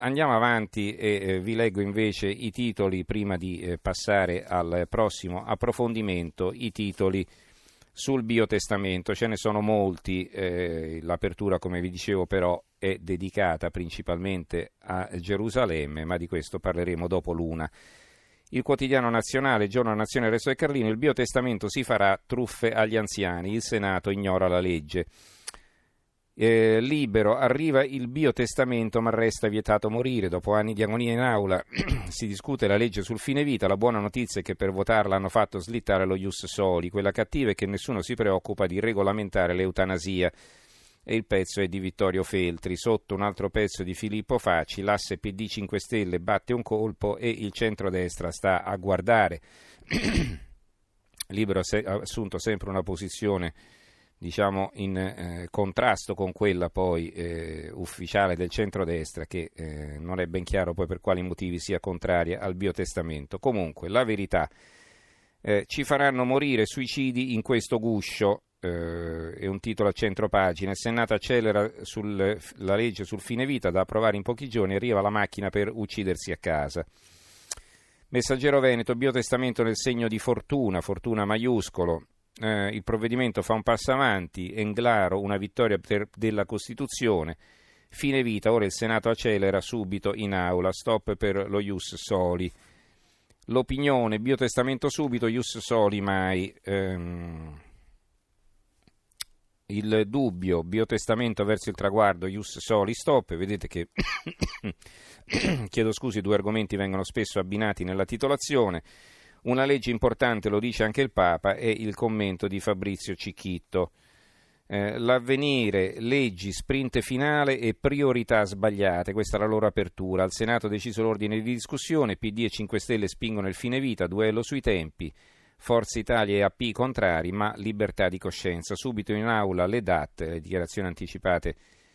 Andiamo avanti e vi leggo invece i titoli prima di passare al prossimo approfondimento, i titoli sul biotestamento. Ce ne sono molti, l'apertura, come vi dicevo, però è dedicata principalmente a Gerusalemme, ma di questo parleremo dopo l'una. Il Quotidiano Nazionale, Giorno Nazione, Resto del Carlino, il biotestamento si farà, truffe agli anziani, il Senato ignora la legge. Libero, arriva il biotestamento ma resta vietato morire. Dopo anni di agonia in aula si discute la legge sul fine vita. La buona notizia è che per votarla hanno fatto slittare lo ius soli. Quella cattiva è che nessuno si preoccupa di regolamentare l'eutanasia. E il pezzo è di Vittorio Feltri. Sotto un altro pezzo di Filippo Facci: l'asse PD 5 Stelle batte un colpo e il centrodestra sta a guardare. Libero ha assunto sempre una posizione, diciamo, in contrasto con quella poi ufficiale del centrodestra, che non è ben chiaro poi per quali motivi sia contraria al biotestamento. Comunque, la verità, ci faranno morire suicidi in questo guscio, è un titolo a centropagina. Il Senato accelera la legge sul fine vita da approvare in pochi giorni, arriva la macchina per uccidersi a casa. Messaggero Veneto, biotestamento nel segno di fortuna maiuscolo. Il provvedimento fa un passo avanti, Englaro una vittoria della Costituzione, fine vita, ora il Senato accelera subito in aula, stop per lo ius soli. L'Opinione, biotestamento subito, ius soli mai. Il Dubbio, biotestamento verso il traguardo, ius soli stop. Vedete che chiedo scusi, due argomenti vengono spesso abbinati nella titolazione. Una legge importante, lo dice anche il Papa, è il commento di Fabrizio Cicchitto. L'Avvenire, leggi, sprint finale e priorità sbagliate, questa è la loro apertura. Al Senato deciso l'ordine di discussione, PD e 5 Stelle spingono il fine vita, duello sui tempi, Forza Italia e AP contrari, ma libertà di coscienza. Subito in aula le DAT, le dichiarazioni anticipate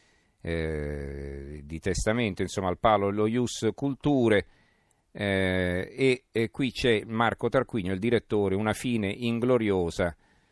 di testamento, insomma al palo lo ius culture. E qui c'è Marco Tarquinio, il direttore, una fine ingloriosa,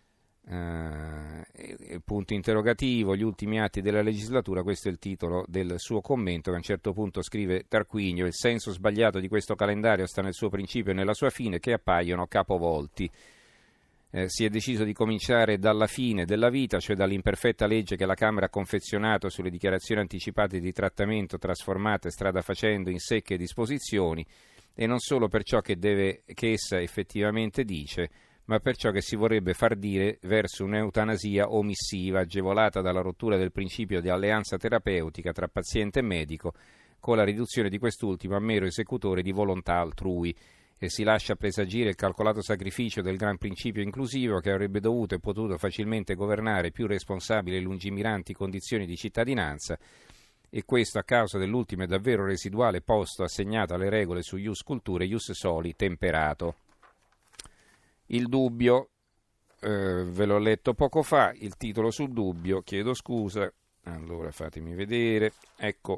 punto interrogativo, gli ultimi atti della legislatura. Questo è il titolo del suo commento, che a un certo punto scrive Tarquinio: il senso sbagliato di questo calendario sta nel suo principio e nella sua fine, che appaiono capovolti. Si è deciso di cominciare dalla fine della vita, cioè dall'imperfetta legge che la Camera ha confezionato sulle dichiarazioni anticipate di trattamento, trasformate strada facendo in secche disposizioni, e non solo per ciò che essa effettivamente dice, ma per ciò che si vorrebbe far dire verso un'eutanasia omissiva, agevolata dalla rottura del principio di alleanza terapeutica tra paziente e medico, con la riduzione di quest'ultimo a mero esecutore di volontà altrui, e si lascia presagire il calcolato sacrificio del gran principio inclusivo che avrebbe dovuto e potuto facilmente governare più responsabili e lungimiranti condizioni di cittadinanza, e questo a causa dell'ultimo e davvero residuale posto assegnato alle regole su ius culture, ius soli temperato. Il Dubbio, ve l'ho letto poco fa, il titolo sul Dubbio, chiedo scusa, allora fatemi vedere, ecco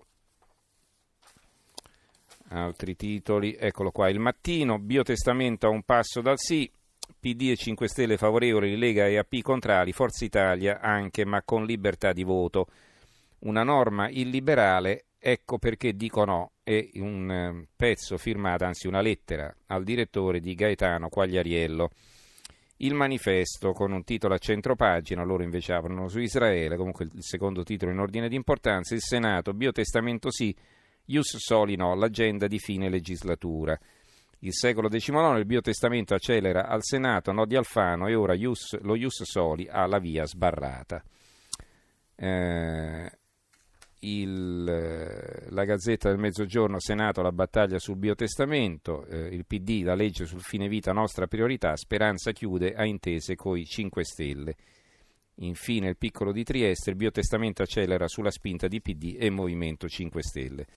altri titoli, eccolo qua. Il Mattino, biotestamento a un passo dal sì, PD e 5 Stelle favorevoli, Lega e AP contrari, Forza Italia anche ma con libertà di voto. Una norma illiberale, ecco perché dico no, è un pezzo firmato, anzi una lettera al direttore di Gaetano Quagliariello. Il Manifesto, con un titolo a centropagina, loro invece aprono su Israele, comunque il secondo titolo in ordine di importanza. Il Senato, biotestamento sì, ius soli no, l'agenda di fine legislatura. Il Secolo XIX, il biotestamento accelera al Senato, no di Alfano, e ora lo ius soli ha la via sbarrata. La Gazzetta del Mezzogiorno, Senato, la battaglia sul biotestamento, il PD, la legge sul fine vita, nostra priorità, Speranza chiude a intese coi 5 Stelle. Infine il Piccolo di Trieste, il biotestamento accelera sulla spinta di PD e Movimento 5 Stelle.